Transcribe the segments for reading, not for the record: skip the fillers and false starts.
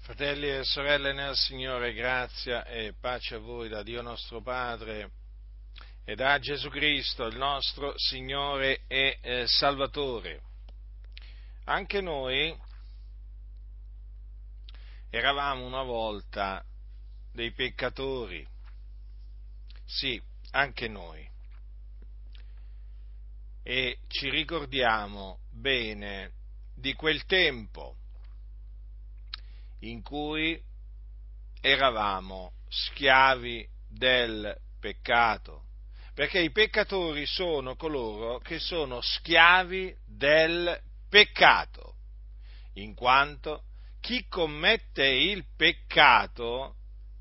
Fratelli e sorelle nel Signore, grazia e pace a voi da Dio nostro Padre e da Gesù Cristo, il nostro Signore e Salvatore. Anche noi eravamo una volta dei peccatori, sì, anche noi, e ci ricordiamo bene di quel tempo in cui eravamo schiavi del peccato, perché i peccatori sono coloro che sono schiavi del peccato, in quanto chi commette il peccato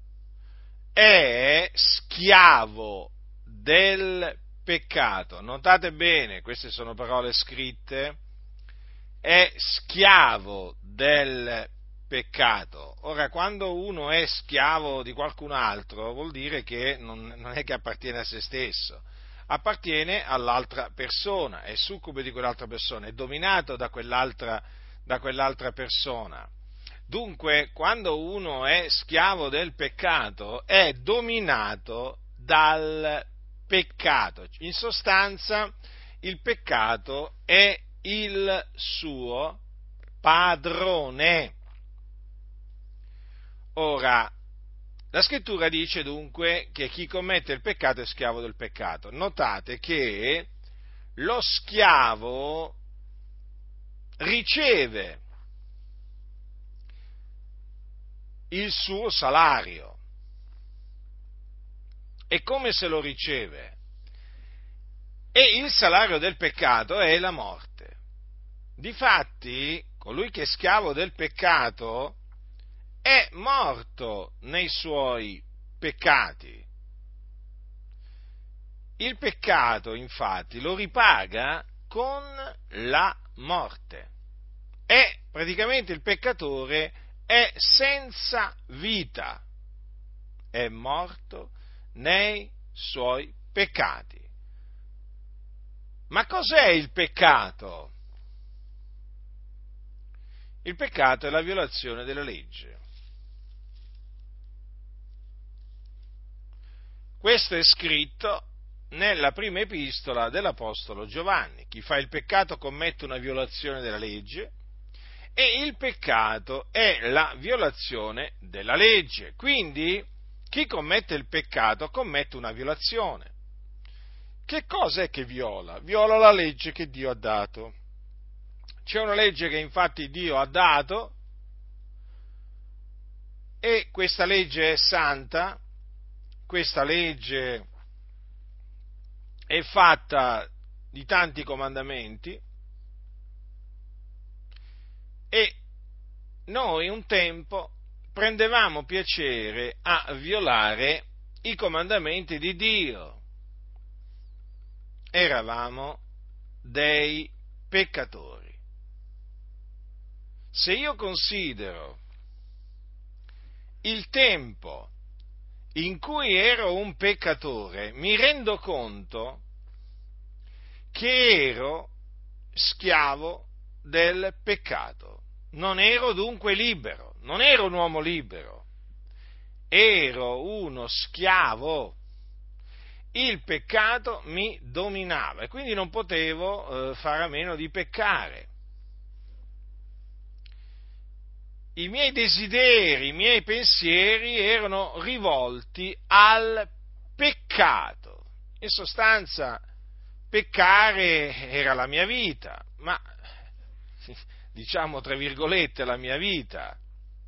è schiavo del peccato. Notate bene, queste sono parole scritte, è schiavo del peccato. Ora, quando uno è schiavo di qualcun altro, vuol dire che non è che appartiene a se stesso, appartiene all'altra persona, è succube di quell'altra persona, è dominato da quell'altra persona. Dunque, quando uno è schiavo del peccato, è dominato dal peccato. In sostanza, il peccato è il suo padrone. Ora, la scrittura dice dunque che chi commette il peccato è schiavo del peccato. Notate che lo schiavo riceve il suo salario. E come se lo riceve? E il salario del peccato è la morte. Difatti, colui che è schiavo del peccato è morto nei suoi peccati. Il peccato, infatti, lo ripaga con la morte. E praticamente il peccatore è senza vita, è morto nei suoi peccati. Ma cos'è il peccato? Il peccato è la violazione della legge. Questo è scritto nella prima epistola dell'Apostolo Giovanni. Chi fa il peccato commette una violazione della legge e il peccato è la violazione della legge. Quindi chi commette il peccato commette una violazione. Che cosa è che viola? Viola la legge che Dio ha dato. C'è una legge che infatti Dio ha dato e questa legge è santa, questa legge è fatta di tanti comandamenti e noi un tempo prendevamo piacere a violare i comandamenti di Dio. Eravamo dei peccatori. Se io considero il tempo in cui ero un peccatore, mi rendo conto che ero schiavo del peccato. Non ero dunque libero, non ero un uomo libero, ero uno schiavo. Il peccato mi dominava e quindi non potevo fare a meno di peccare. I miei desideri, i miei pensieri erano rivolti al peccato. In sostanza, peccare era la mia vita, ma diciamo tra virgolette la mia vita,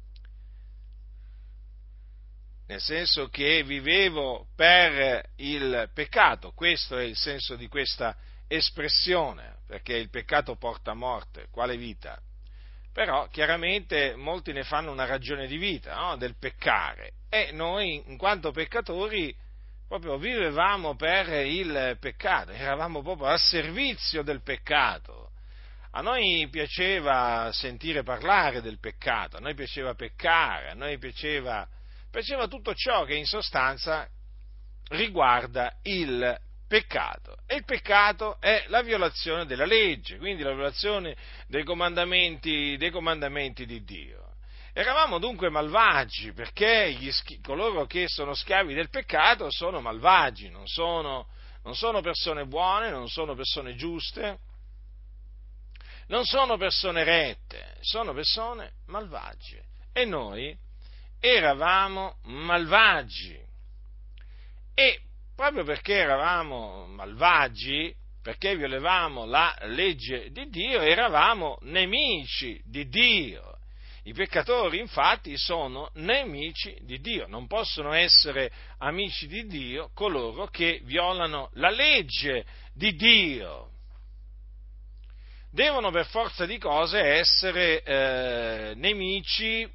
nel senso che vivevo per il peccato, questo è il senso di questa espressione, perché il peccato porta a morte, quale vita? Però chiaramente molti ne fanno una ragione di vita, no? Del peccare, e noi in quanto peccatori proprio vivevamo per il peccato, eravamo proprio al servizio del peccato. A noi piaceva sentire parlare del peccato, a noi piaceva peccare, a noi piaceva tutto ciò che in sostanza riguarda il peccato. E il peccato è la violazione della legge, quindi la violazione dei comandamenti di Dio. Eravamo dunque malvagi, perché coloro che sono schiavi del peccato sono malvagi, non sono persone buone, non sono persone giuste, non sono persone rette, sono persone malvagie. E noi eravamo malvagi. E proprio perché eravamo malvagi, perché violevamo la legge di Dio, eravamo nemici di Dio. I peccatori, infatti, sono nemici di Dio. Non possono essere amici di Dio coloro che violano la legge di Dio. Devono per forza di cose essere nemici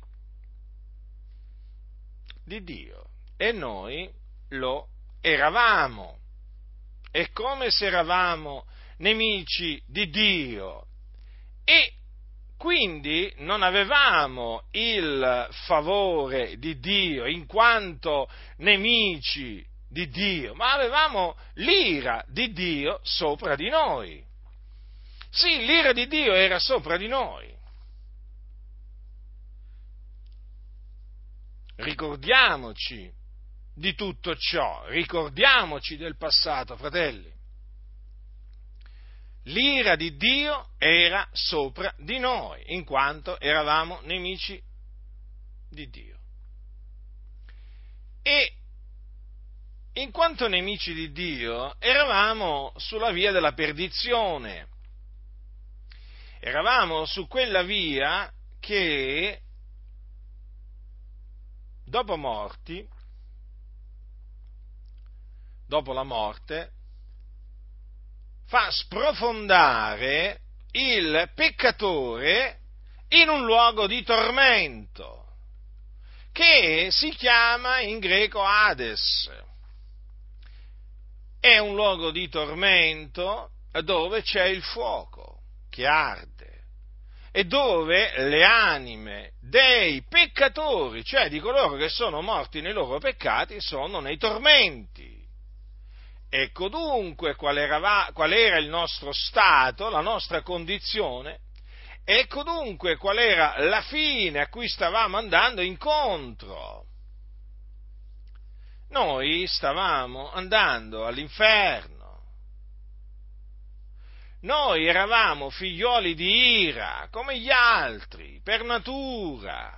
di Dio. E noi lo eravamo. È come se eravamo nemici di Dio. E quindi non avevamo il favore di Dio in quanto nemici di Dio, ma avevamo l'ira di Dio sopra di noi. Sì, l'ira di Dio era sopra di noi. Ricordiamoci di tutto ciò, ricordiamoci del passato, fratelli. L'ira di Dio era sopra di noi, in quanto eravamo nemici di Dio. E in quanto nemici di Dio, eravamo sulla via della perdizione. Eravamo su quella via che, dopo la morte, fa sprofondare il peccatore in un luogo di tormento, che si chiama in greco Hades. È un luogo di tormento dove c'è il fuoco che arde e dove le anime dei peccatori, cioè di coloro che sono morti nei loro peccati, sono nei tormenti. Ecco dunque qual era il nostro stato, la nostra condizione, ecco dunque qual era la fine a cui stavamo andando incontro. Noi stavamo andando all'inferno. Noi eravamo figlioli di ira, come gli altri, per natura.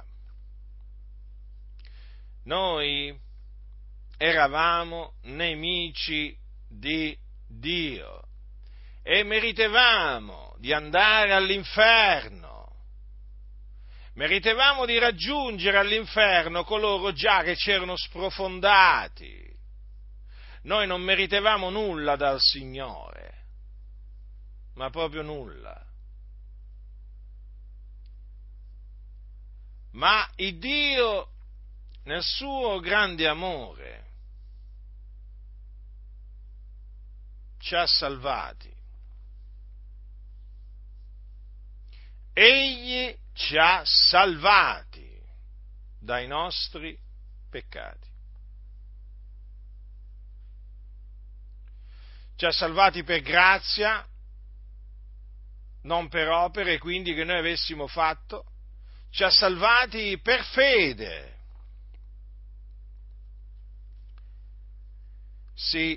Noi eravamo nemici di Dio e meritevamo di andare all'inferno, meritevamo di raggiungere all'inferno coloro già che c'erano sprofondati. Noi non meritevamo nulla dal Signore, ma proprio nulla. Ma il Dio, nel suo grande amore, ci ha salvati. Egli ci ha salvati dai nostri peccati. Ci ha salvati per grazia, non per opere, quindi che noi avessimo fatto. Ci ha salvati per fede. Sì,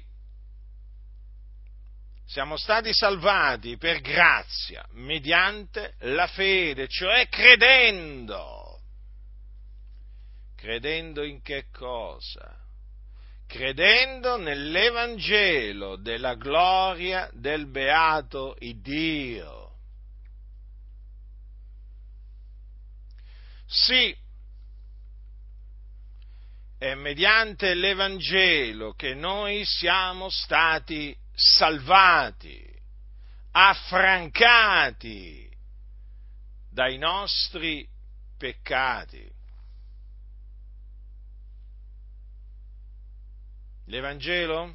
siamo stati salvati per grazia, mediante la fede, cioè credendo. Credendo in che cosa? Credendo nell'Evangelo della gloria del beato Iddio. Sì, è mediante l'Evangelo che noi siamo stati salvati, affrancati dai nostri peccati. L'Evangelo?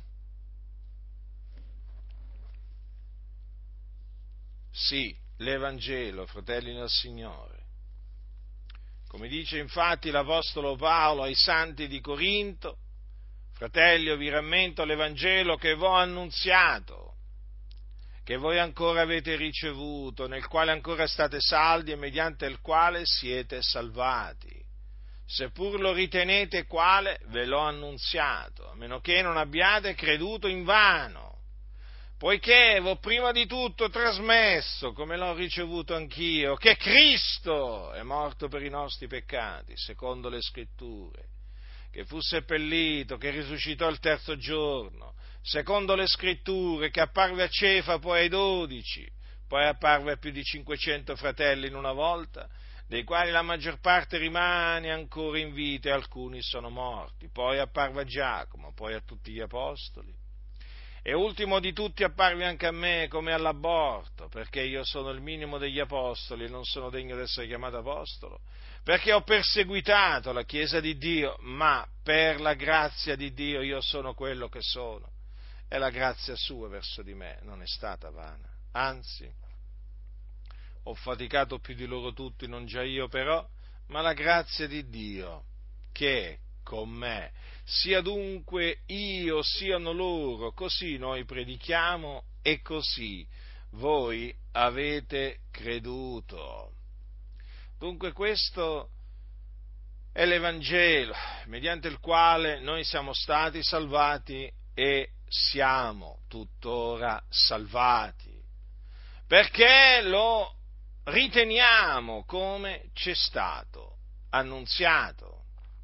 Sì, l'Evangelo, fratelli nel Signore. Come dice infatti l'Apostolo Paolo ai santi di Corinto: fratelli, io vi rammento l'Evangelo che v'ho annunziato, che voi ancora avete ricevuto, nel quale ancora state saldi e mediante il quale siete salvati. Seppur lo ritenete quale ve l'ho annunziato, a meno che non abbiate creduto invano. Poiché v'ho prima di tutto trasmesso, come l'ho ricevuto anch'io, che Cristo è morto per i nostri peccati, secondo le Scritture, che fu seppellito, che risuscitò il terzo giorno, secondo le Scritture, che apparve a Cefa, poi ai 12, poi apparve a più di 500 fratelli in una volta, dei quali la maggior parte rimane ancora in vita e alcuni sono morti. Poi apparve a Giacomo, poi a tutti gli apostoli. E ultimo di tutti apparve anche a me come all'aborto, perché io sono il minimo degli apostoli e non sono degno di essere chiamato apostolo, perché ho perseguitato la Chiesa di Dio, ma per la grazia di Dio io sono quello che sono, e la grazia sua verso di me non è stata vana, anzi, ho faticato più di loro tutti, non già io però, ma la grazia di Dio che è con me. Sia dunque io, siano loro, così noi predichiamo e così voi avete creduto. Dunque questo è l'Evangelo, mediante il quale noi siamo stati salvati e siamo tuttora salvati, perché lo riteniamo come c'è stato annunziato.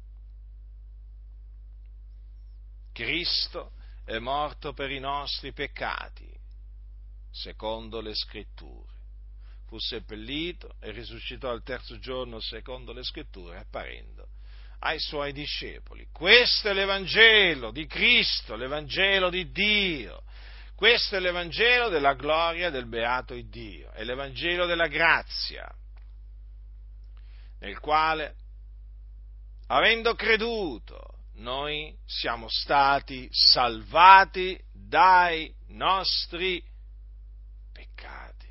Cristo è morto per i nostri peccati, secondo le Scritture. Fu seppellito e risuscitò al terzo giorno, secondo le Scritture, apparendo ai suoi discepoli. Questo è l'Evangelo di Cristo, l'Evangelo di Dio. Questo è l'Evangelo della gloria del beato Iddio, è l'Evangelo della grazia, nel quale, avendo creduto, noi siamo stati salvati dai nostri peccati.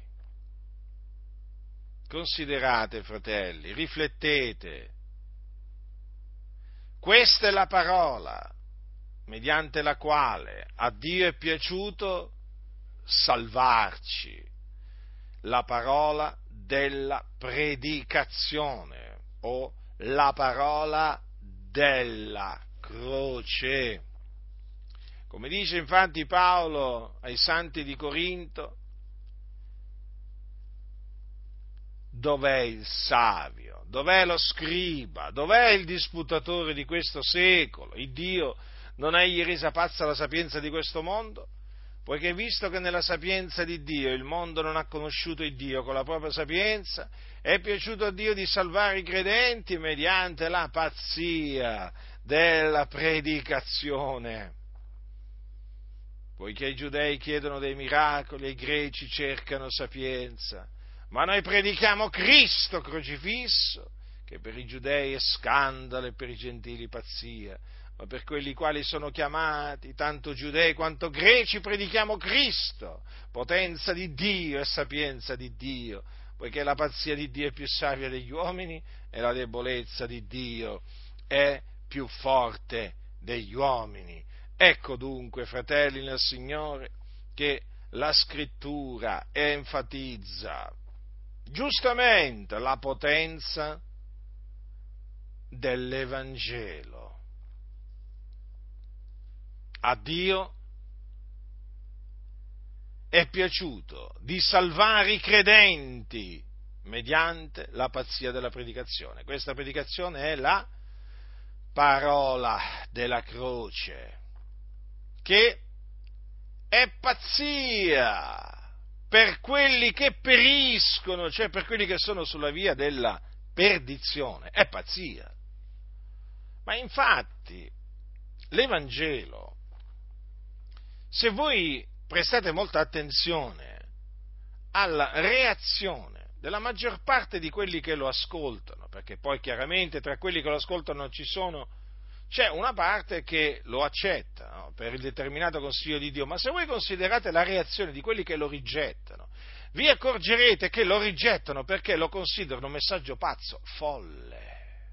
Considerate, fratelli, riflettete. Questa è la parola mediante la quale a Dio è piaciuto salvarci, la parola della predicazione o la parola della croce. Come dice infatti Paolo ai santi di Corinto, dov'è il savio? Dov'è lo scriba? Dov'è il disputatore di questo secolo? Il Dio non è egli resa pazza la sapienza di questo mondo? Poiché visto che nella sapienza di Dio il mondo non ha conosciuto il Dio con la propria sapienza, è piaciuto a Dio di salvare i credenti mediante la pazzia della predicazione. Poiché i giudei chiedono dei miracoli e i greci cercano sapienza, ma noi predichiamo Cristo crocifisso, che per i giudei è scandalo e per i gentili pazzia, ma per quelli quali sono chiamati, tanto giudei quanto greci, predichiamo Cristo, potenza di Dio e sapienza di Dio, poiché la pazzia di Dio è più savia degli uomini e la debolezza di Dio è più forte degli uomini. Ecco dunque, fratelli nel Signore, che la Scrittura enfatizza giustamente la potenza dell'Evangelo. A Dio è piaciuto di salvare i credenti mediante la pazzia della predicazione. Questa predicazione è la parola della croce, che è pazzia per quelli che periscono, cioè per quelli che sono sulla via della perdizione, è pazzia. Ma infatti l'Evangelo, se voi prestate molta attenzione alla reazione della maggior parte di quelli che lo ascoltano, perché poi chiaramente tra quelli che lo ascoltano c'è una parte che lo accetta, no, per il determinato consiglio di Dio, ma se voi considerate la reazione di quelli che lo rigettano, vi accorgerete che lo rigettano perché lo considerano un messaggio pazzo, folle.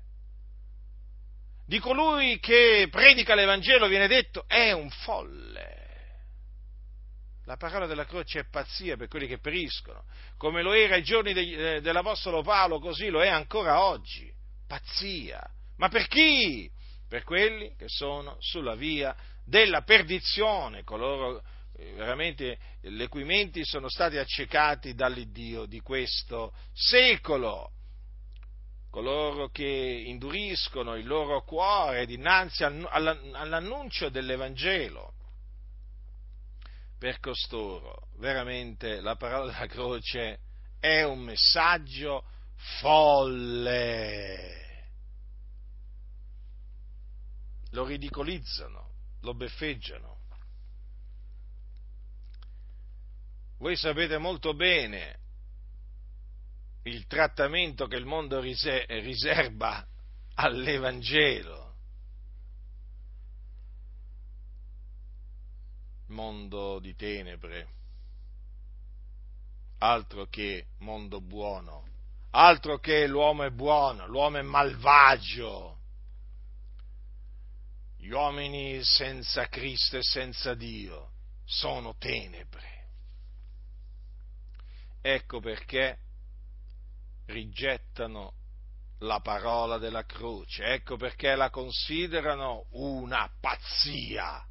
Di colui che predica l'Evangelo viene detto è un folle. La parola della croce è pazzia per quelli che periscono. Come lo era ai giorni dell'Apostolo Paolo, così lo è ancora oggi. Pazzia. Ma per chi? Per quelli che sono sulla via della perdizione, coloro veramente le cui menti sono stati accecati dall'Iddio di questo secolo, coloro che induriscono il loro cuore dinanzi all'annuncio dell'Evangelo. Per costoro veramente la parola della croce è un messaggio folle. Lo ridicolizzano, lo beffeggiano. Voi sapete molto bene il trattamento che il mondo riserva all'Evangelo. Mondo di tenebre, altro che mondo buono, altro che l'uomo è buono, l'uomo è malvagio. Gli uomini senza Cristo e senza Dio sono tenebre. Ecco perché rigettano la parola della croce, ecco perché la considerano una pazzia.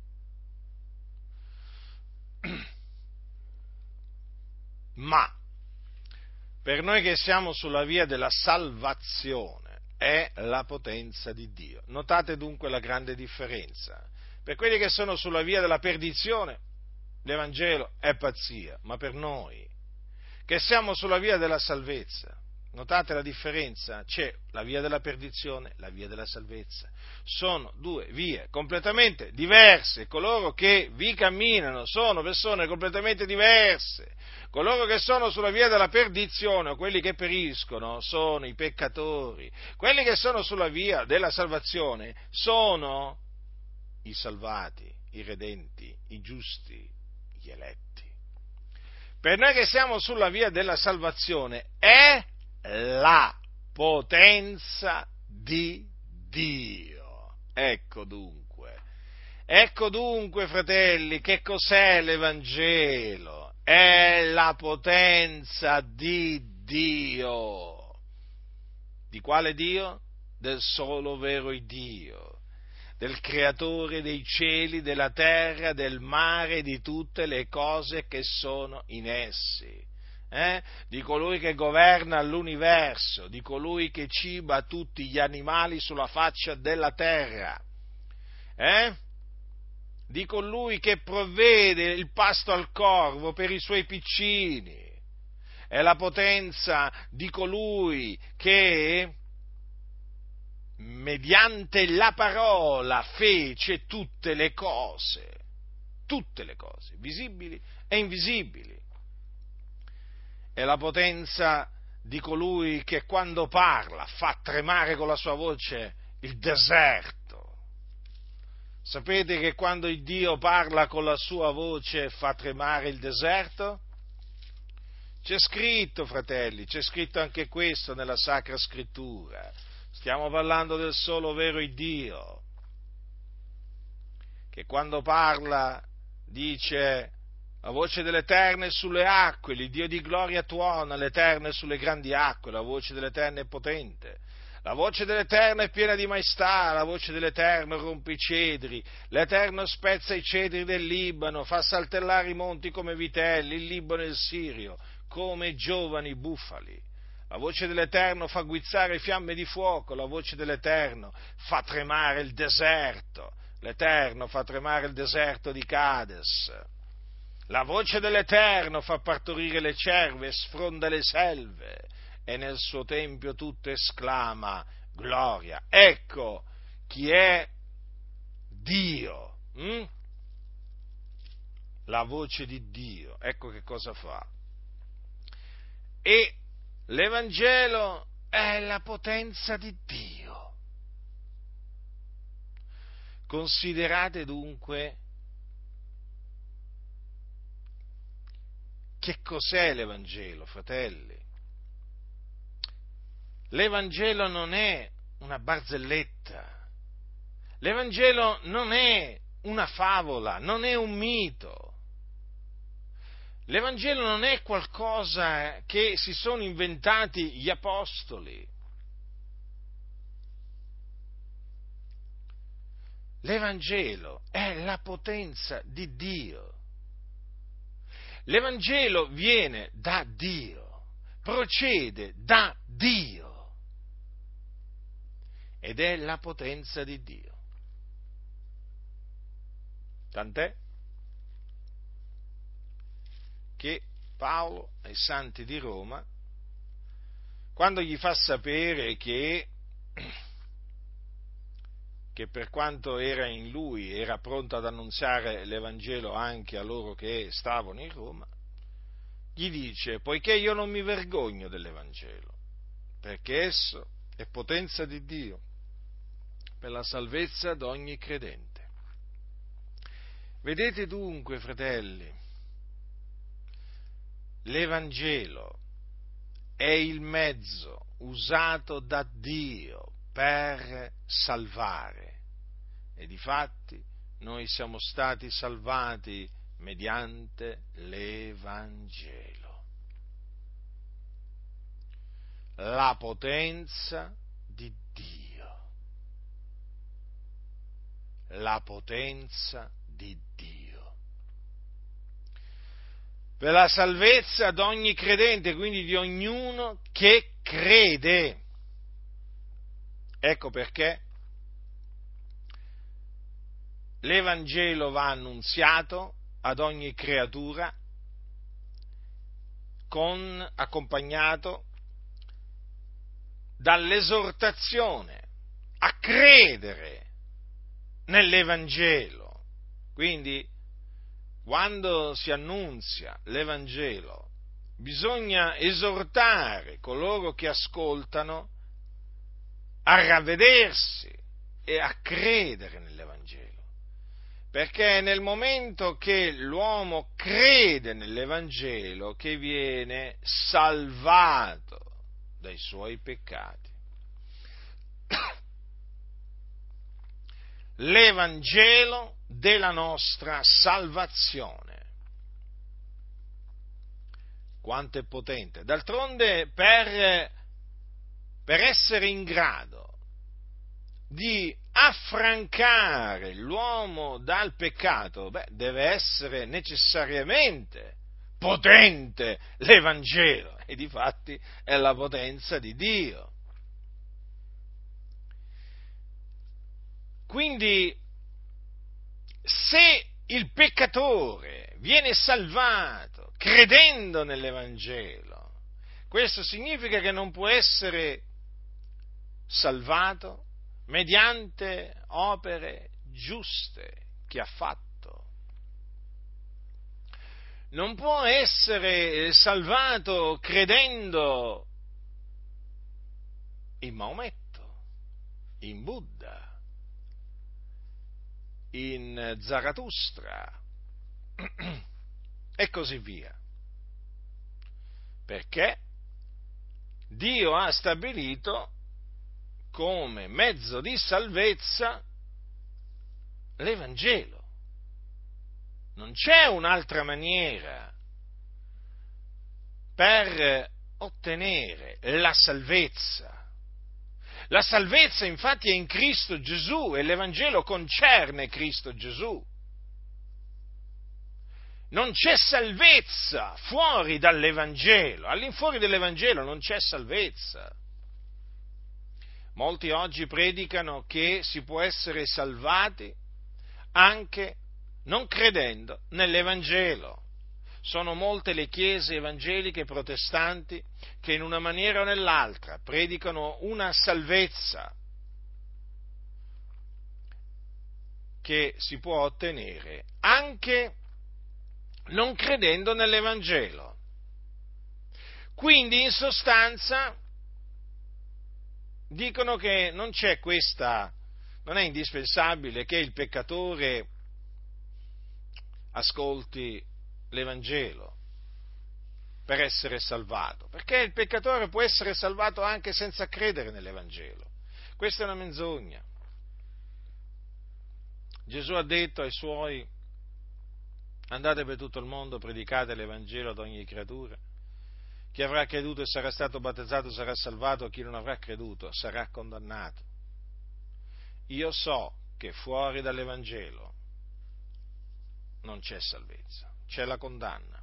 Ma per noi che siamo sulla via della salvazione è la potenza di Dio. Notate dunque la grande differenza. Per quelli che sono sulla via della perdizione l'Evangelo è pazzia, ma per noi che siamo sulla via della salvezza, notate la differenza? C'è la via della perdizione, la via della salvezza. Sono due vie completamente diverse. Coloro che vi camminano sono persone completamente diverse. Coloro che sono sulla via della perdizione, o quelli che periscono, sono i peccatori. Quelli che sono sulla via della salvazione sono i salvati, i redenti, i giusti, gli eletti. Per noi che siamo sulla via della salvazione è la potenza di Dio. Ecco dunque, fratelli, che cos'è l'Evangelo? È la potenza di Dio. Di quale Dio? Del solo vero Dio, del creatore dei cieli, della terra, del mare e di tutte le cose che sono in essi. Di colui che governa l'universo, di colui che ciba tutti gli animali sulla faccia della terra, di colui che provvede il pasto al corvo per i suoi piccini, è la potenza di colui che mediante la parola fece tutte le cose, visibili e invisibili. È la potenza di colui che quando parla fa tremare con la sua voce il deserto. Sapete che quando il Dio parla con la sua voce fa tremare il deserto? C'è scritto, fratelli, c'è scritto anche questo nella Sacra Scrittura. Stiamo parlando del solo vero Dio, che quando parla dice: la voce dell'Eterno è sulle acque, l'Iddio di gloria tuona, l'Eterno è sulle grandi acque, la voce dell'Eterno è potente. La voce dell'Eterno è piena di maestà, la voce dell'Eterno rompe i cedri, l'Eterno spezza i cedri del Libano, fa saltellare i monti come vitelli, il Libano e il Sirio come giovani bufali. La voce dell'Eterno fa guizzare fiamme di fuoco, la voce dell'Eterno fa tremare il deserto, l'Eterno fa tremare il deserto di Cades. La voce dell'Eterno fa partorire le cerve e sfronda le selve, e nel suo tempio tutto esclama gloria. Ecco chi è Dio. La voce di Dio, ecco che cosa fa. E l'Evangelo è la potenza di Dio. Considerate dunque che cos'è l'Evangelo, fratelli. L'Evangelo non è una barzelletta, l'Evangelo non è una favola, non è un mito. L'Evangelo non è qualcosa che si sono inventati gli apostoli. L'Evangelo è la potenza di Dio. L'Evangelo viene da Dio, procede da Dio ed è la potenza di Dio. Tant'è che Paolo ai santi di Roma, quando gli fa sapere che per quanto era in lui era pronto ad annunziare l'Evangelo anche a loro che stavano in Roma, gli dice: poiché io non mi vergogno dell'Evangelo, perché esso è potenza di Dio per la salvezza di ogni credente. Vedete dunque, fratelli, l'Evangelo è il mezzo usato da Dio per salvare, e difatti noi siamo stati salvati mediante l'Evangelo. La potenza di Dio. La potenza di Dio. Per la salvezza di ogni credente, quindi di ognuno che crede. Ecco perché l'Evangelo va annunziato ad ogni creatura, accompagnato dall'esortazione a credere nell'Evangelo. Quindi, quando si annunzia l'Evangelo, bisogna esortare coloro che ascoltano a ravvedersi e a credere nell'Evangelo. Perché è nel momento che l'uomo crede nell'Evangelo che viene salvato dai suoi peccati. L'Evangelo della nostra salvazione. Quanto è potente! D'altronde, per essere in grado di affrancare l'uomo dal peccato, deve essere necessariamente potente l'Evangelo, e difatti è la potenza di Dio. Quindi, se il peccatore viene salvato credendo nell'Evangelo, questo significa che non può essere salvato mediante opere giuste che ha fatto. Non può essere salvato credendo in Maometto, in Buddha, in Zarathustra e così via. Perché Dio ha stabilito come mezzo di salvezza l'Evangelo. Non c'è un'altra maniera per ottenere la salvezza. La salvezza infatti è in Cristo Gesù e l'Evangelo concerne Cristo Gesù. Non c'è salvezza fuori dall'Evangelo, all'infuori dell'Evangelo non c'è salvezza. Molti oggi predicano che si può essere salvati anche non credendo nell'Evangelo. Sono molte le chiese evangeliche protestanti che in una maniera o nell'altra predicano una salvezza che si può ottenere anche non credendo nell'Evangelo. Quindi, in sostanza, dicono che non è indispensabile che il peccatore ascolti l'Evangelo per essere salvato, perché il peccatore può essere salvato anche senza credere nell'Evangelo. Questa è una menzogna. Gesù ha detto ai suoi andate per tutto il mondo, predicate l'Evangelo ad ogni creatura. Chi avrà creduto e sarà stato battezzato sarà salvato, chi non avrà creduto sarà condannato. Io so che fuori dall'Evangelo non c'è salvezza, c'è la condanna.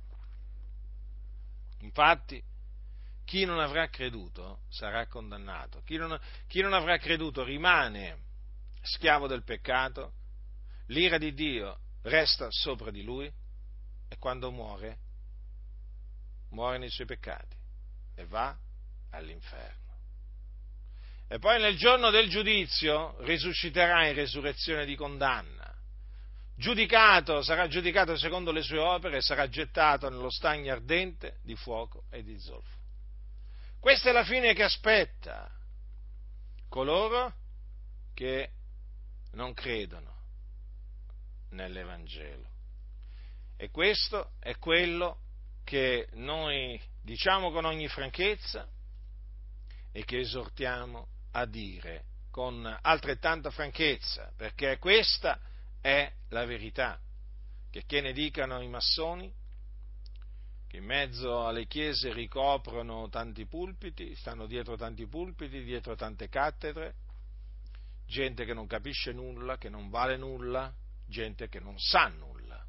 Infatti, chi non avrà creduto sarà condannato. Chi non avrà creduto rimane schiavo del peccato, l'ira di Dio resta sopra di lui e quando muore nei suoi peccati e va all'inferno. E poi nel giorno del giudizio risusciterà in resurrezione di condanna. Sarà giudicato secondo le sue opere e sarà gettato nello stagno ardente di fuoco e di zolfo. Questa è la fine che aspetta coloro che non credono nell'Evangelo. E questo è quello che noi diciamo con ogni franchezza e che esortiamo a dire con altrettanta franchezza, perché questa è la verità. Che ne dicano i massoni, che in mezzo alle chiese ricoprono tanti pulpiti, stanno dietro tanti pulpiti, dietro tante cattedre, gente che non capisce nulla, che non vale nulla, gente che non sa nulla.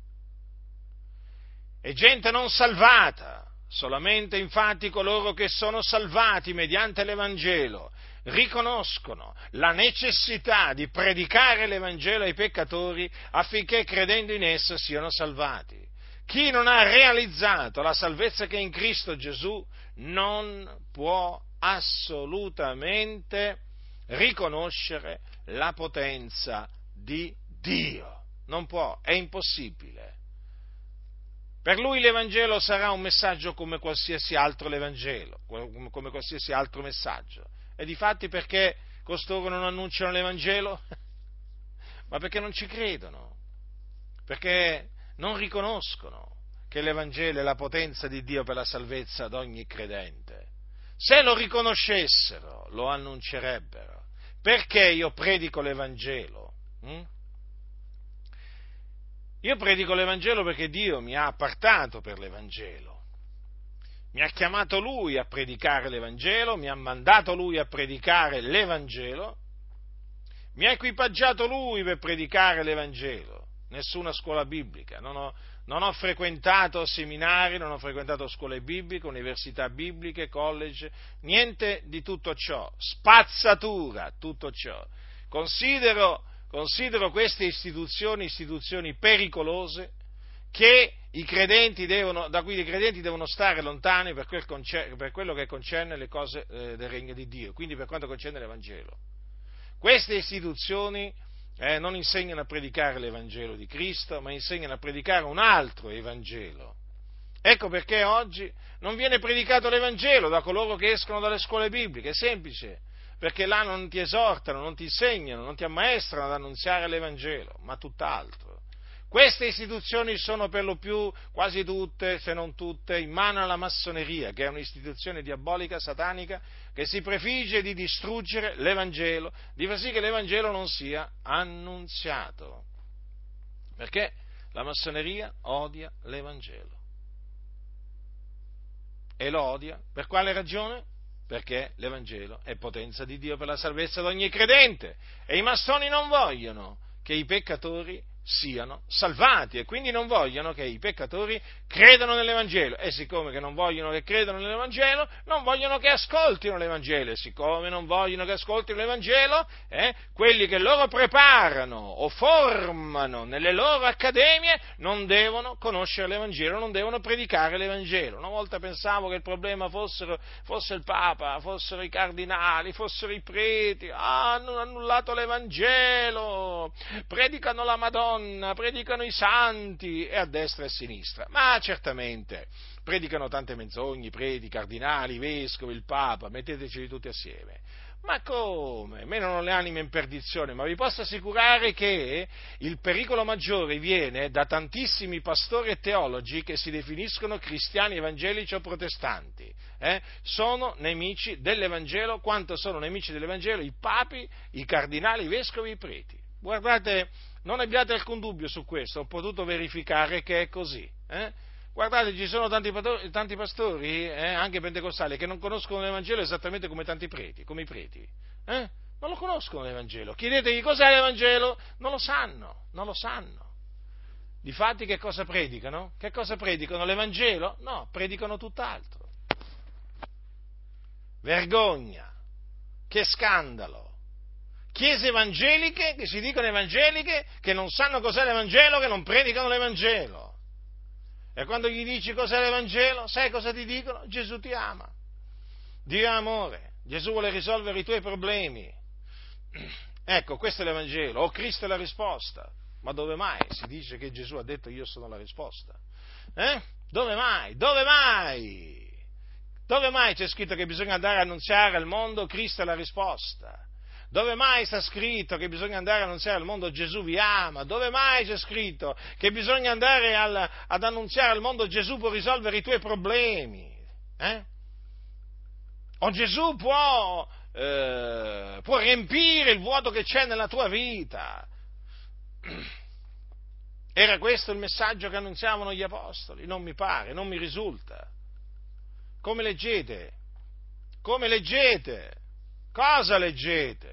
E gente non salvata. Solamente infatti coloro che sono salvati mediante l'Evangelo riconoscono la necessità di predicare l'Evangelo ai peccatori affinché credendo in esso siano salvati. Chi non ha realizzato la salvezza che è in Cristo Gesù non può assolutamente riconoscere la potenza di Dio. Non può, è impossibile. Per lui l'Evangelo sarà un messaggio come qualsiasi altro l'Evangelo, come qualsiasi altro messaggio. E difatti perché costoro non annunciano l'Evangelo? Ma perché non ci credono, perché non riconoscono che l'Evangelo è la potenza di Dio per la salvezza ad ogni credente. Se lo riconoscessero, lo annuncerebbero. Perché io predico l'Evangelo? Io predico l'Evangelo perché Dio mi ha appartato per l'Evangelo. Mi ha chiamato Lui a predicare l'Evangelo, mi ha mandato Lui a predicare l'Evangelo, mi ha equipaggiato Lui per predicare l'Evangelo. Nessuna scuola biblica, non ho frequentato seminari, non ho frequentato scuole bibliche, università bibliche, college, niente di tutto ciò, spazzatura, tutto ciò. Considero queste istituzioni pericolose da cui i credenti devono stare lontani per quello che concerne le cose del regno di Dio, quindi per quanto concerne l'Evangelo. Queste istituzioni non insegnano a predicare l'Evangelo di Cristo, ma insegnano a predicare un altro Evangelo. Ecco perché oggi non viene predicato l'Evangelo da coloro che escono dalle scuole bibliche, è semplice, perché là non ti esortano, non ti insegnano, non ti ammaestrano ad annunziare l'Evangelo, ma tutt'altro. Queste istituzioni sono per lo più, quasi tutte, se non tutte, in mano alla massoneria, che è un'istituzione diabolica, satanica, che si prefigge di distruggere l'Evangelo, di far sì che l'Evangelo non sia annunziato. Perché la massoneria odia l'Evangelo. E lo odia per quale ragione? Perché l'Evangelo è potenza di Dio per la salvezza di ogni credente. E i massoni non vogliono che i peccatori siano salvati e quindi non vogliono che i peccatori credano nell'Evangelo, e siccome che non vogliono che credano nell'Evangelo, non vogliono che ascoltino l'Evangelo, e siccome non vogliono che ascoltino l'Evangelo, quelli che loro preparano o formano nelle loro accademie non devono conoscere l'Evangelo, non devono predicare l'Evangelo. Una volta pensavo che il problema fosse il Papa, fossero i cardinali, fossero i preti, hanno annullato l'Evangelo, predicano la Madonna, predicano i santi, e a destra e a sinistra. Ma certamente predicano tante menzogne, i preti, i cardinali, i vescovi, il Papa, metteteci tutti assieme. Ma come? Menano le anime in perdizione, ma vi posso assicurare che il pericolo maggiore viene da tantissimi pastori e teologi che si definiscono cristiani evangelici o protestanti. Sono nemici dell'Evangelo quanto sono nemici dell'Evangelo i papi, i cardinali, i vescovi, i preti. Guardate Non abbiate alcun dubbio su questo, ho potuto verificare che è così. Guardate, ci sono tanti pastori, anche pentecostali, che non conoscono l'Evangelo esattamente come tanti preti, come i preti. Non lo conoscono l'Evangelo. Chiedetegli cos'è l'Evangelo, non lo sanno. Difatti che cosa predicano? Che cosa predicano? L'Evangelo? No, predicano tutt'altro. Vergogna, che scandalo. Chiese evangeliche, che si dicono evangeliche, che non sanno cos'è l'Evangelo, che non predicano l'Evangelo. E quando gli dici cos'è l'Evangelo, sai cosa ti dicono? Gesù ti ama. Dio è amore. Gesù vuole risolvere i tuoi problemi. Ecco, questo è l'Evangelo. O Cristo è la risposta. Ma dove mai si dice che Gesù ha detto io sono la risposta? Dove mai? Dove mai? Dove mai c'è scritto che bisogna andare a annunziare al mondo Cristo è la risposta? Dove mai sta scritto che bisogna andare a annunziare al mondo Gesù vi ama? Dove mai c'è scritto che bisogna andare ad annunziare al mondo Gesù può risolvere i tuoi problemi? O Gesù può riempire il vuoto che c'è nella tua vita? Era questo il messaggio che annunziavano gli apostoli? Non mi pare, non mi risulta. Come leggete? Come leggete? Cosa leggete?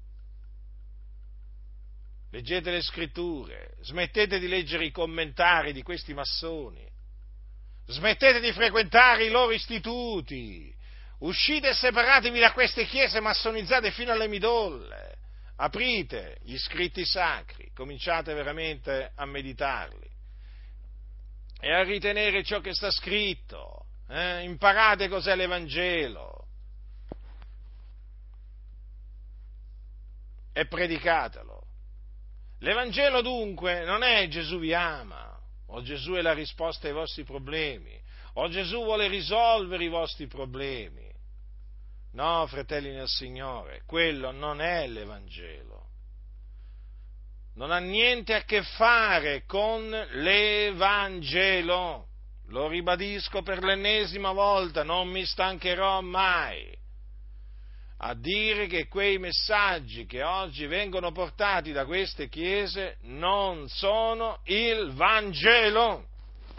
Leggete le scritture, smettete di leggere i commentari di questi massoni, smettete di frequentare i loro istituti, uscite e separatevi da queste chiese massonizzate fino alle midolle, aprite gli scritti sacri, cominciate veramente a meditarli e a ritenere ciò che sta scritto, imparate cos'è l'Evangelo e predicatelo. L'Evangelo dunque non è Gesù vi ama, o Gesù è la risposta ai vostri problemi, o Gesù vuole risolvere i vostri problemi. No, fratelli nel Signore, quello non è l'Evangelo. Non ha niente a che fare con l'Evangelo. Lo ribadisco per l'ennesima volta, non mi stancherò mai a dire che quei messaggi che oggi vengono portati da queste chiese non sono il Vangelo.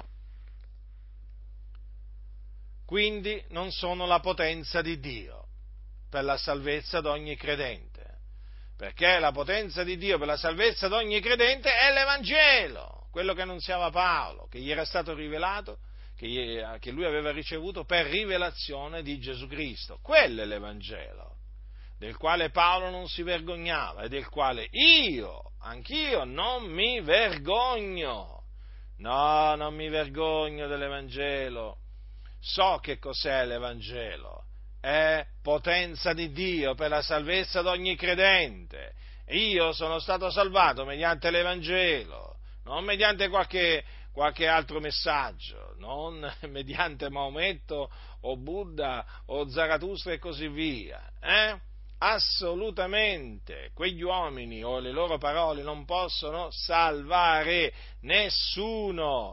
Quindi non sono la potenza di Dio per la salvezza di ogni credente, perché la potenza di Dio per la salvezza di ogni credente è l'Evangelo, quello che annunziava Paolo, che gli era stato rivelato, che lui aveva ricevuto per rivelazione di Gesù Cristo. Quello è l'Evangelo, del quale Paolo non si vergognava e del quale anch'io non mi vergogno. No, non mi vergogno dell'Evangelo. So che cos'è l'Evangelo. È potenza di Dio per la salvezza di ogni credente. Io sono stato salvato mediante l'Evangelo, non mediante qualche altro messaggio, non mediante Maometto o Buddha o Zarathustra e così via. Assolutamente, quegli uomini o le loro parole non possono salvare nessuno.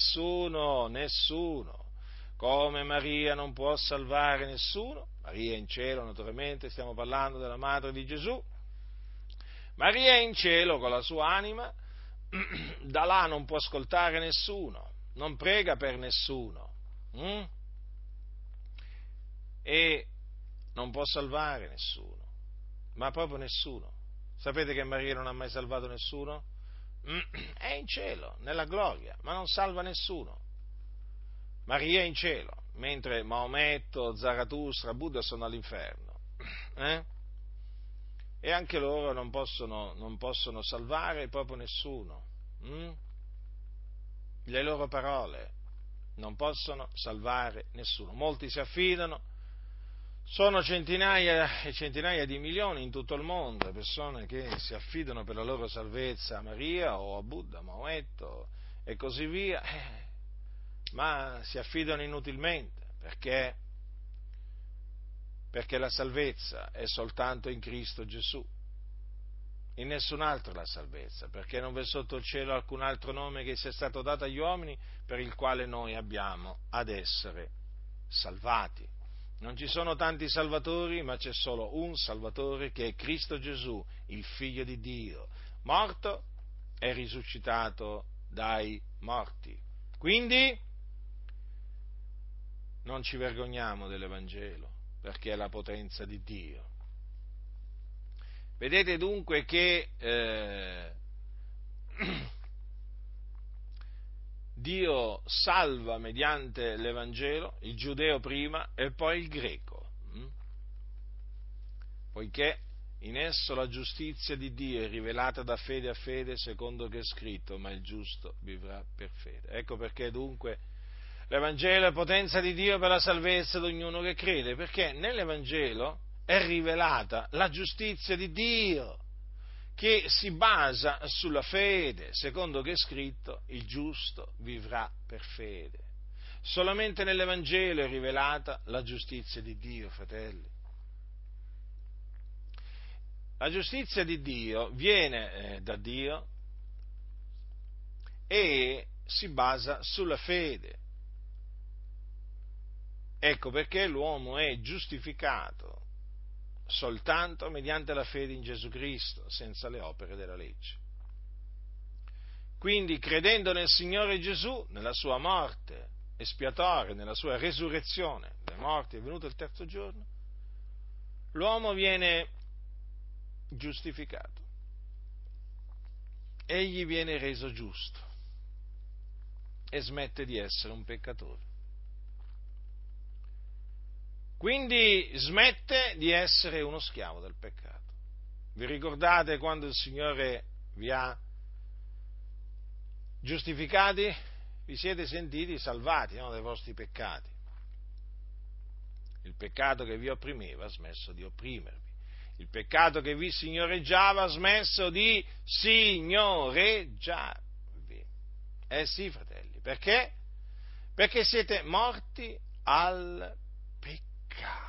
Come Maria non può salvare nessuno, Maria è in cielo naturalmente, stiamo parlando della madre di Gesù, Maria è in cielo con la sua anima, da là non può ascoltare nessuno, non prega per nessuno, e non può salvare nessuno, ma proprio nessuno. Sapete che Maria non ha mai salvato nessuno? È in cielo, nella gloria, ma non salva nessuno. Maria è in cielo, mentre Maometto, Zarathustra, Buddha sono all'inferno. E anche loro non possono salvare proprio nessuno. Le loro parole non possono salvare nessuno. Molti si affidano, sono centinaia e centinaia di milioni in tutto il mondo, persone che si affidano per la loro salvezza a Maria o a Buddha, Maometto e così via, ma si affidano inutilmente, perché la salvezza è soltanto in Cristo Gesù, in nessun altro la salvezza, perché non v'è sotto il cielo alcun altro nome che sia stato dato agli uomini per il quale noi abbiamo ad essere salvati. Non ci sono tanti salvatori, ma c'è solo un Salvatore che è Cristo Gesù, il Figlio di Dio, morto è risuscitato dai morti. Quindi non ci vergogniamo dell'Evangelo, perché è la potenza di Dio. Vedete dunque che Dio salva mediante l'Evangelo il giudeo prima e poi il greco, poiché in esso la giustizia di Dio è rivelata da fede a fede, secondo che è scritto, ma il giusto vivrà per fede. Ecco perché dunque l'Evangelo è potenza di Dio per la salvezza di ognuno che crede, perché nell'Evangelo è rivelata la giustizia di Dio, che si basa sulla fede, secondo che è scritto, il giusto vivrà per fede. Solamente nell'Evangelo è rivelata la giustizia di Dio, fratelli. La giustizia di Dio viene da Dio e si basa sulla fede. Ecco perché l'uomo è giustificato soltanto mediante la fede in Gesù Cristo, senza le opere della legge. Quindi, credendo nel Signore Gesù, nella sua morte espiatoria, nella sua resurrezione dai morti, è venuto il terzo giorno, l'uomo viene giustificato. Egli viene reso giusto e smette di essere un peccatore. Quindi smette di essere uno schiavo del peccato. Vi ricordate quando il Signore vi ha giustificati? Vi siete sentiti salvati, no, dai vostri peccati. Il peccato che vi opprimeva ha smesso di opprimervi. Il peccato che vi signoreggiava ha smesso di signoreggiarvi. Sì, fratelli, perché? Perché siete morti al peccato.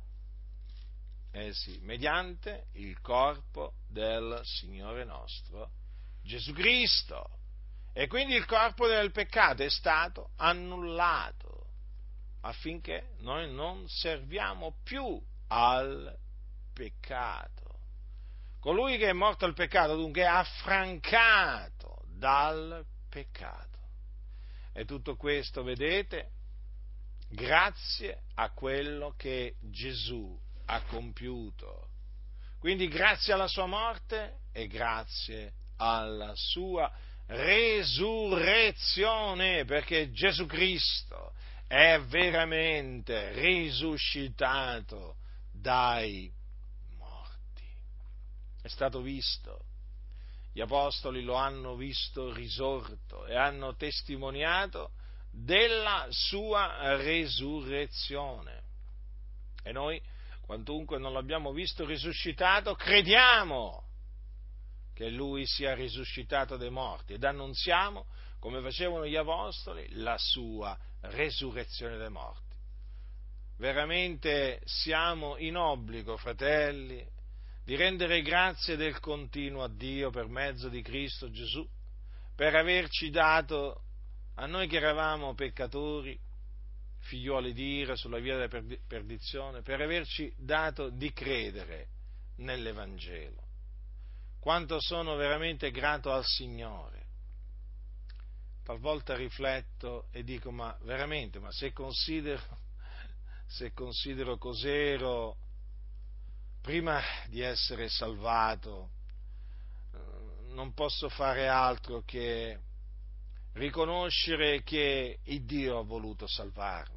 Sì, mediante il corpo del Signore nostro Gesù Cristo. E quindi il corpo del peccato è stato annullato affinché noi non serviamo più al peccato. Colui che è morto al peccato dunque è affrancato dal peccato. E tutto questo, vedete, grazie a quello che Gesù ha compiuto. Quindi grazie alla sua morte e grazie alla sua resurrezione, perché Gesù Cristo è veramente risuscitato dai morti. È stato visto. Gli apostoli lo hanno visto risorto e hanno testimoniato della sua resurrezione. E noi, quantunque non l'abbiamo visto risuscitato, crediamo che Lui sia risuscitato dai morti ed annunziamo, come facevano gli apostoli, la sua resurrezione dai morti. Veramente siamo in obbligo, fratelli, di rendere grazie del continuo a Dio per mezzo di Cristo Gesù, per averci dato, a noi che eravamo peccatori, figliuoli di ira sulla via della perdizione, per averci dato di credere nell'Evangelo. Quanto sono veramente grato al Signore. Talvolta rifletto e dico, ma veramente, ma se considero cos'ero prima di essere salvato, non posso fare altro che riconoscere che il Dio ha voluto salvarmi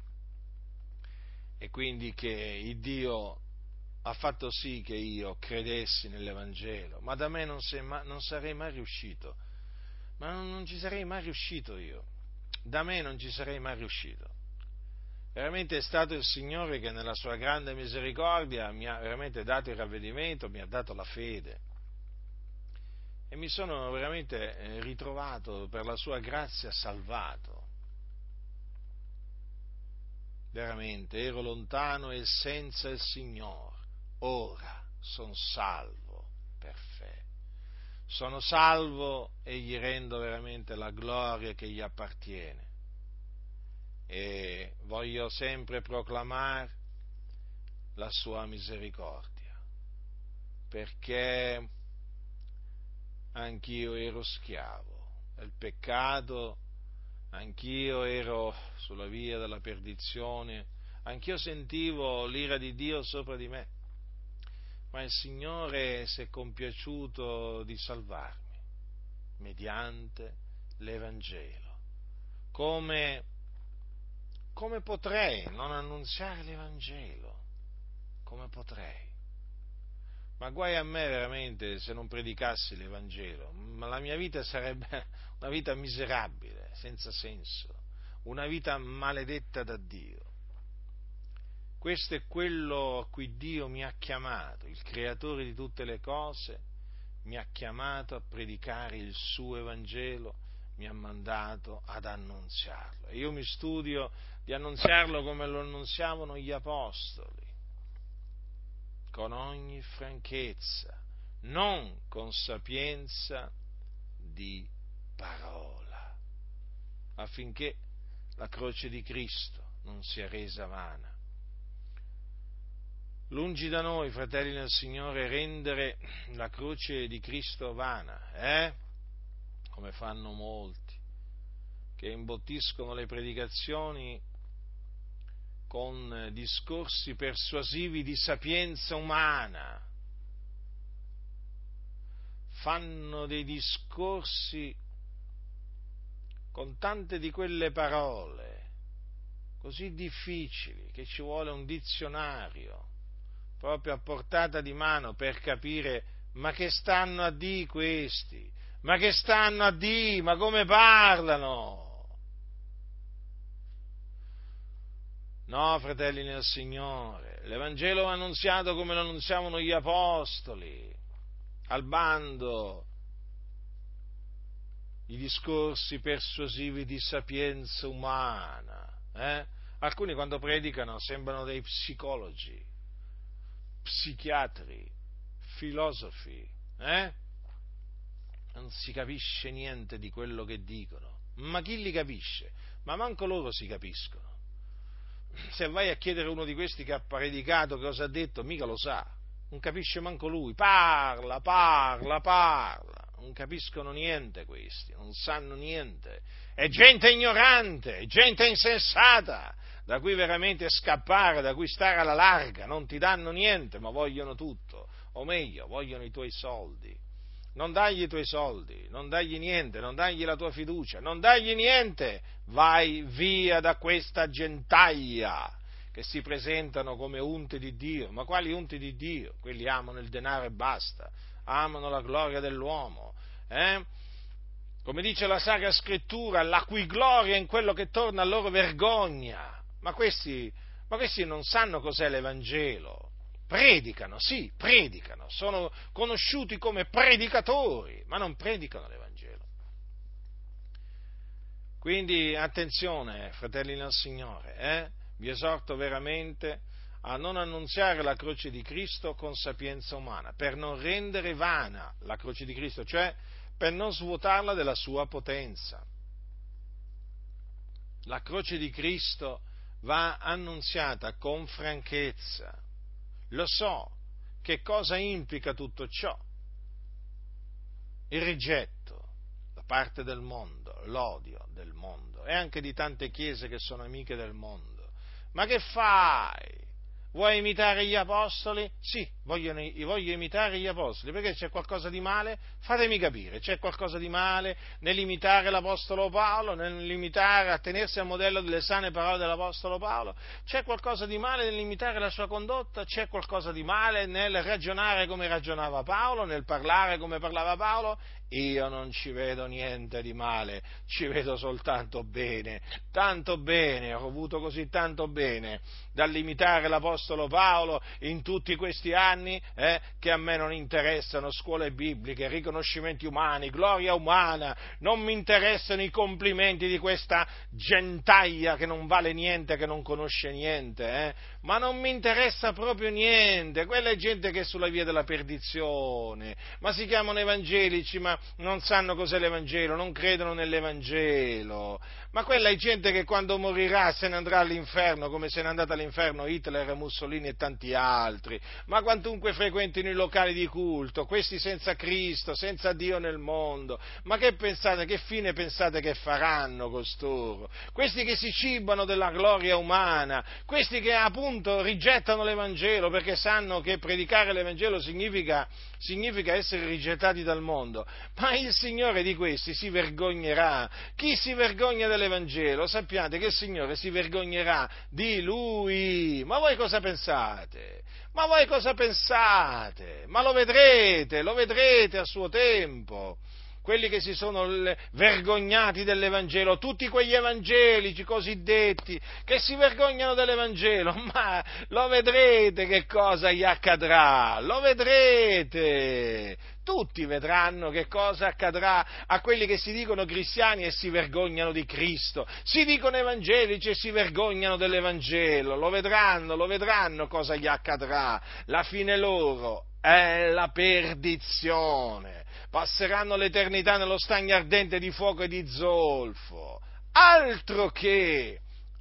e quindi che il Dio ha fatto sì che io credessi nell'Evangelo, ma da me non sarei mai riuscito, ma non ci sarei mai riuscito io, da me non ci sarei mai riuscito. Veramente è stato il Signore che nella sua grande misericordia mi ha veramente dato il ravvedimento, mi ha dato la fede e mi sono veramente ritrovato per la sua grazia salvato. Veramente ero lontano e senza il Signore, ora sono salvo per fede. Sono salvo e gli rendo veramente la gloria che gli appartiene. E voglio sempre proclamare la sua misericordia, perché anch'io ero schiavo del peccato, anch'io ero sulla via della perdizione, anch'io sentivo l'ira di Dio sopra di me, ma il Signore si è compiaciuto di salvarmi mediante l'Evangelo. Come potrei non annunziare l'Evangelo? Come potrei? Ma guai a me veramente se non predicassi l'Evangelo, ma la mia vita sarebbe una vita miserabile, senza senso, una vita maledetta da Dio. Questo è quello a cui Dio mi ha chiamato, il creatore di tutte le cose, mi ha chiamato a predicare il suo Evangelo, mi ha mandato ad annunziarlo. E io mi studio di annunziarlo come lo annunziavano gli apostoli, con ogni franchezza, non con sapienza di parola, affinché la croce di Cristo non sia resa vana. Lungi da noi, fratelli nel Signore, rendere la croce di Cristo vana, come fanno molti, che imbottiscono le predicazioni con discorsi persuasivi di sapienza umana, fanno dei discorsi con tante di quelle parole così difficili che ci vuole un dizionario proprio a portata di mano per capire ma che stanno a dire questi, ma che stanno a dire, ma come parlano. No, fratelli nel Signore, l'Evangelo va annunziato come lo annunziavano gli apostoli, al bando, i discorsi persuasivi di sapienza umana. Alcuni quando predicano sembrano dei psicologi, psichiatri, filosofi, non si capisce niente di quello che dicono, ma chi li capisce? Ma manco loro si capiscono. Se vai a chiedere a uno di questi che ha predicato che cosa ha detto, mica lo sa, non capisce manco lui, parla, non capiscono niente questi, non sanno niente, è gente ignorante, è gente insensata, da cui veramente scappare, da cui stare alla larga, non ti danno niente, ma vogliono tutto, o meglio, vogliono i tuoi soldi. Non dagli i tuoi soldi, non dagli niente, non dagli la tua fiducia, non dagli niente, vai via da questa gentaglia che si presentano come unti di Dio. Ma quali unti di Dio? Quelli amano il denaro e basta, amano la gloria dell'uomo, come dice la Sacra Scrittura, la cui gloria è in quello che torna a loro vergogna. Ma questi non sanno cos'è l'Evangelo. Predicano, sono conosciuti come predicatori, ma non predicano l'Evangelo. Quindi attenzione, fratelli nel Signore, vi esorto veramente a non annunziare la croce di Cristo con sapienza umana, per non rendere vana la croce di Cristo, cioè per non svuotarla della sua potenza. La croce di Cristo va annunziata con franchezza. Lo so che cosa implica tutto ciò: il rigetto da parte del mondo, l'odio del mondo e anche di tante chiese che sono amiche del mondo. Ma che fai? Vuoi imitare gli apostoli? Sì, voglio imitare gli apostoli, perché c'è qualcosa di male? Fatemi capire, c'è qualcosa di male nell'imitare l'apostolo Paolo, nell'imitare, a tenersi al modello delle sane parole dell'apostolo Paolo? C'è qualcosa di male nell'imitare la sua condotta? C'è qualcosa di male nel ragionare come ragionava Paolo, nel parlare come parlava Paolo? Io non ci vedo niente di male, ci vedo soltanto bene, tanto bene, ho avuto così tanto bene dall'imitare l'Apostolo Paolo in tutti questi anni, che a me non interessano scuole bibliche, riconoscimenti umani, gloria umana, non mi interessano i complimenti di questa gentaglia che non vale niente, che non conosce niente, ma non mi interessa proprio niente, quella è gente che è sulla via della perdizione, ma si chiamano evangelici, ma non sanno cos'è l'Evangelo, non credono nell'Evangelo, ma quella è gente che quando morirà se ne andrà all'inferno, come se n'è andata all'inferno Hitler, Mussolini e tanti altri, ma quantunque frequentino i locali di culto, questi senza Cristo, senza Dio nel mondo, ma che pensate, che fine pensate che faranno costoro? Questi che si cibano della gloria umana, questi che appunto rigettano l'Evangelo perché sanno che predicare l'Evangelo significa essere rigettati dal mondo, ma il Signore di questi si vergognerà. Chi si vergogna dell'Evangelo, sappiate che il Signore si vergognerà di lui. Ma voi cosa pensate? Ma voi cosa pensate? Ma lo vedrete a suo tempo. Quelli che si sono vergognati dell'Evangelo, tutti quegli evangelici cosiddetti che si vergognano dell'Evangelo, ma lo vedrete che cosa gli accadrà, lo vedrete, tutti vedranno che cosa accadrà a quelli che si dicono cristiani e si vergognano di Cristo, si dicono evangelici e si vergognano dell'Evangelo, lo vedranno cosa gli accadrà, la fine loro è la perdizione, passeranno l'eternità nello stagno ardente di fuoco e di zolfo, altro che,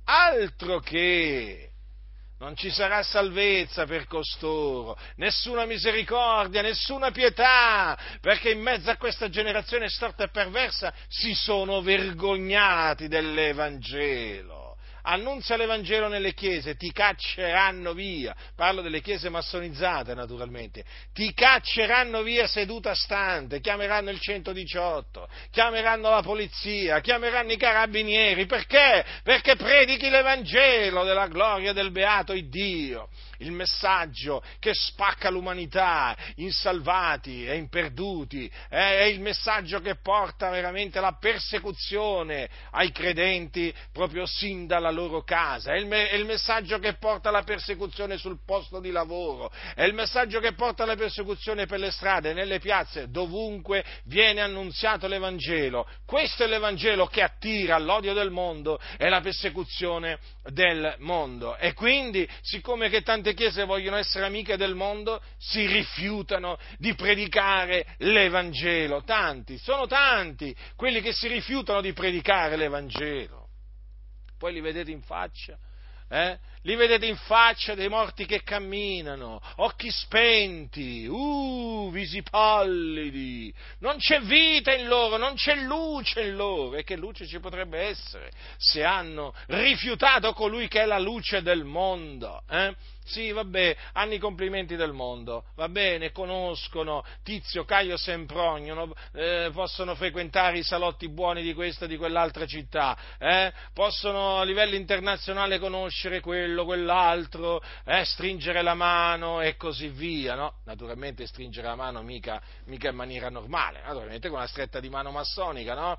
non ci sarà salvezza per costoro, nessuna misericordia, nessuna pietà, perché in mezzo a questa generazione storta e perversa si sono vergognati dell'Evangelo. Annunzia l'Evangelo nelle chiese, ti cacceranno via, parlo delle chiese massonizzate naturalmente, ti cacceranno via seduta stante, chiameranno il 118, chiameranno la polizia, chiameranno i carabinieri, perché? Perché predichi l'Evangelo della gloria del beato Iddio, il messaggio che spacca l'umanità in salvati e in perduti, è il messaggio che porta veramente la persecuzione ai credenti proprio sin dalla loro casa, è il messaggio che porta la persecuzione sul posto di lavoro, è il messaggio che porta la persecuzione per le strade, nelle piazze, dovunque viene annunziato l'Evangelo. Questo è l'Evangelo che attira l'odio del mondo e la persecuzione del mondo. E quindi, siccome che tante chiese vogliono essere amiche del mondo, si rifiutano di predicare l'Evangelo. Sono tanti quelli che si rifiutano di predicare l'Evangelo. Poi li vedete in faccia, li vedete in faccia dei morti che camminano, occhi spenti, visi pallidi, non c'è vita in loro, non c'è luce in loro, e che luce ci potrebbe essere se hanno rifiutato colui che è la luce del mondo, Sì, vabbè, hanno i complimenti del mondo, va bene, conoscono Tizio, Caio, Sempronio, possono frequentare i salotti buoni di questa e di quell'altra città, possono a livello internazionale conoscere quello, quell'altro, stringere la mano e così via, no? Naturalmente stringere la mano mica in maniera normale, naturalmente con una stretta di mano massonica, no?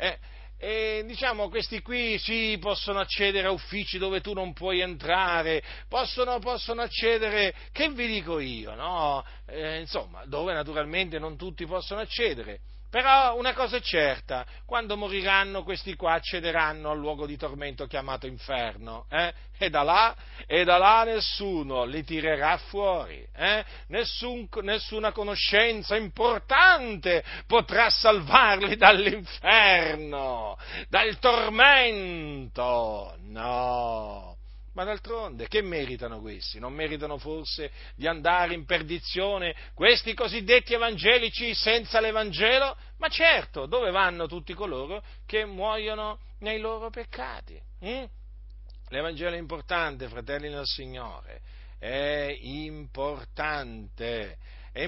E diciamo questi qui sì, possono accedere a uffici dove tu non puoi entrare, possono accedere, che vi dico io, no? Insomma, dove naturalmente non tutti possono accedere. Però una cosa è certa, quando moriranno questi qua accederanno al luogo di tormento chiamato inferno, e da là nessuno li tirerà fuori, nessuna conoscenza importante potrà salvarli dall'inferno, dal tormento, no. Ma d'altronde, che meritano questi? Non meritano forse di andare in perdizione questi cosiddetti evangelici senza l'Evangelo? Ma certo, dove vanno tutti coloro che muoiono nei loro peccati? L'Evangelo è importante, fratelli del Signore, è importante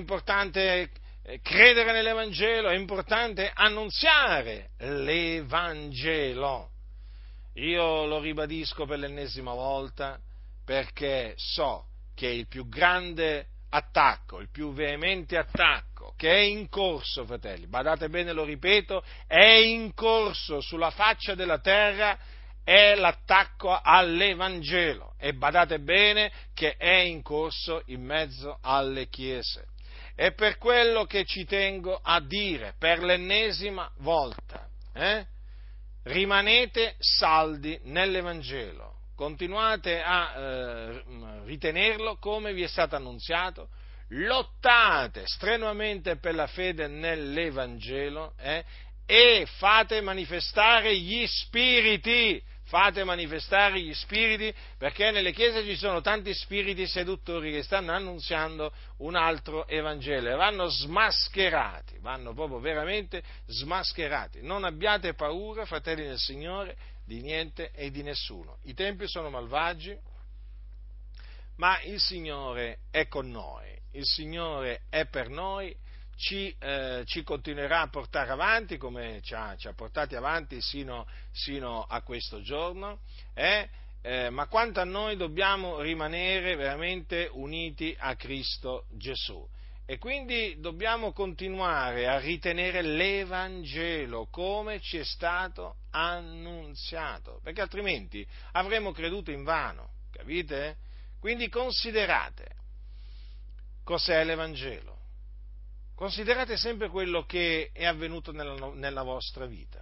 credere nell'Evangelo, è importante annunziare l'Evangelo. Io lo ribadisco per l'ennesima volta perché so che il più grande attacco, il più veemente attacco che è in corso, fratelli, badate bene, lo ripeto, è in corso sulla faccia della terra, è l'attacco all'Evangelo, e badate bene che è in corso in mezzo alle chiese. È per quello che ci tengo a dire per l'ennesima volta, rimanete saldi nell'Evangelo, continuate a ritenerlo come vi è stato annunziato, lottate strenuamente per la fede nell'Evangelo e fate manifestare gli spiriti, fate manifestare gli spiriti, perché nelle chiese ci sono tanti spiriti seduttori che stanno annunziando un altro Evangelo e vanno smascherati, vanno proprio veramente smascherati. Non abbiate paura, fratelli del Signore, di niente e di nessuno. I tempi sono malvagi, ma il Signore è con noi, il Signore è per noi, ci continuerà a portare avanti come ci ha portati avanti sino a questo giorno, ma quanto a noi dobbiamo rimanere veramente uniti a Cristo Gesù. E quindi dobbiamo continuare a ritenere l'Evangelo come ci è stato annunziato, perché altrimenti avremmo creduto invano, capite? Quindi considerate cos'è l'Evangelo. Considerate sempre quello che è avvenuto nella vostra vita.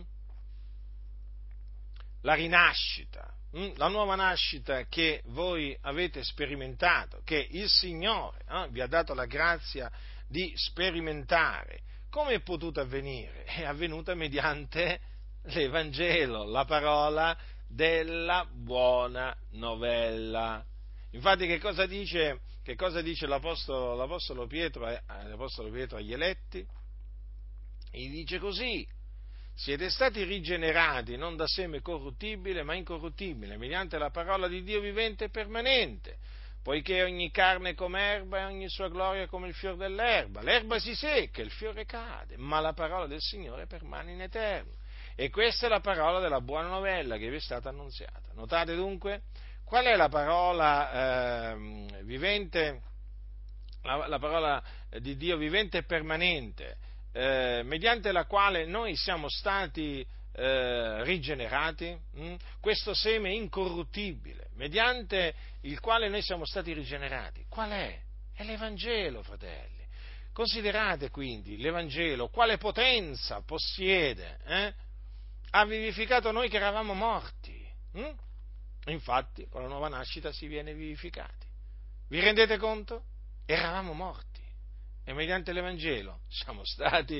La rinascita, la nuova nascita che voi avete sperimentato, che il Signore vi ha dato la grazia di sperimentare. Come è potuta avvenire? È avvenuta mediante l'Evangelo, la parola della buona novella. Infatti che cosa dice l'Apostolo Pietro agli eletti? Gli dice così: siete stati rigenerati non da seme corruttibile ma incorruttibile, mediante la parola di Dio vivente e permanente, poiché ogni carne è come erba e ogni sua gloria è come il fior dell'erba. L'erba si secca, il fiore cade, ma la parola del Signore permane in eterno. E questa è la parola della buona novella che vi è stata annunziata. Notate dunque qual è la parola vivente, la parola di Dio vivente e permanente, mediante la quale noi siamo stati rigenerati, questo seme incorruttibile, mediante il quale noi siamo stati rigenerati. Qual è? È l'Evangelo, fratelli. Considerate quindi l'Evangelo, quale potenza possiede, ha vivificato noi che eravamo morti. Infatti, con la nuova nascita si viene vivificati. Vi rendete conto? Eravamo morti e mediante l'Evangelo siamo stati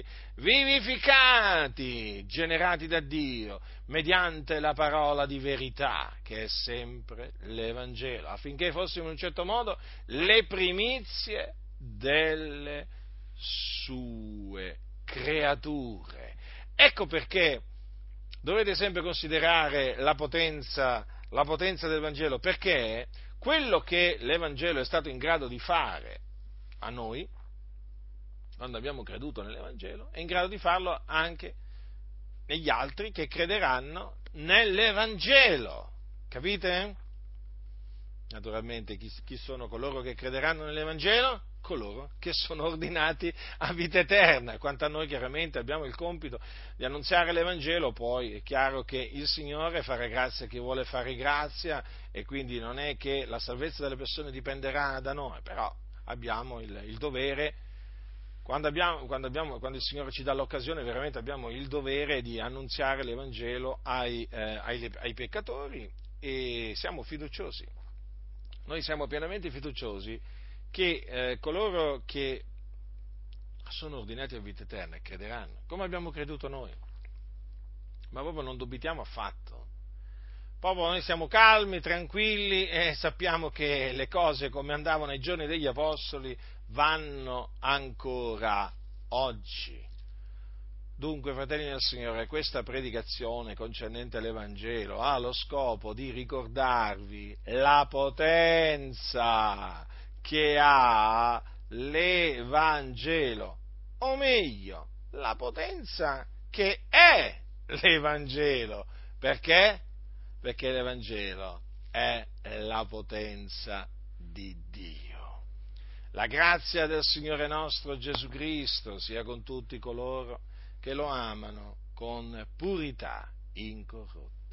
vivificati, generati da Dio, mediante la parola di verità, che è sempre l'Evangelo, affinché fossimo in un certo modo le primizie delle sue creature. Ecco perché dovete sempre considerare la potenza del Vangelo, perché quello che l'Evangelo è stato in grado di fare a noi, quando abbiamo creduto nell'Evangelo, è in grado di farlo anche negli altri che crederanno nell'Evangelo. Capite? Naturalmente chi sono coloro che crederanno nell'Evangelo? Coloro che sono ordinati a vita eterna. Quanto a noi, chiaramente abbiamo il compito di annunziare l'Evangelo, poi è chiaro che il Signore farà grazia a chi vuole fare grazia, e quindi non è che la salvezza delle persone dipenderà da noi, però abbiamo il dovere, quando il Signore ci dà l'occasione, veramente abbiamo il dovere di annunziare l'Evangelo ai peccatori, e siamo fiduciosi. Noi siamo pienamente fiduciosi che coloro che sono ordinati a vita eterna crederanno, come abbiamo creduto noi. Ma proprio non dubitiamo affatto. Proprio noi siamo calmi, tranquilli, e sappiamo che le cose come andavano ai giorni degli Apostoli vanno ancora oggi. Dunque, fratelli del Signore, questa predicazione concernente l'Evangelo ha lo scopo di ricordarvi la potenza che ha l'Evangelo, o meglio, la potenza che è l'Evangelo. Perché? Perché l'Evangelo è la potenza di Dio. La grazia del Signore nostro Gesù Cristo sia con tutti coloro che lo amano con purità incorrotta.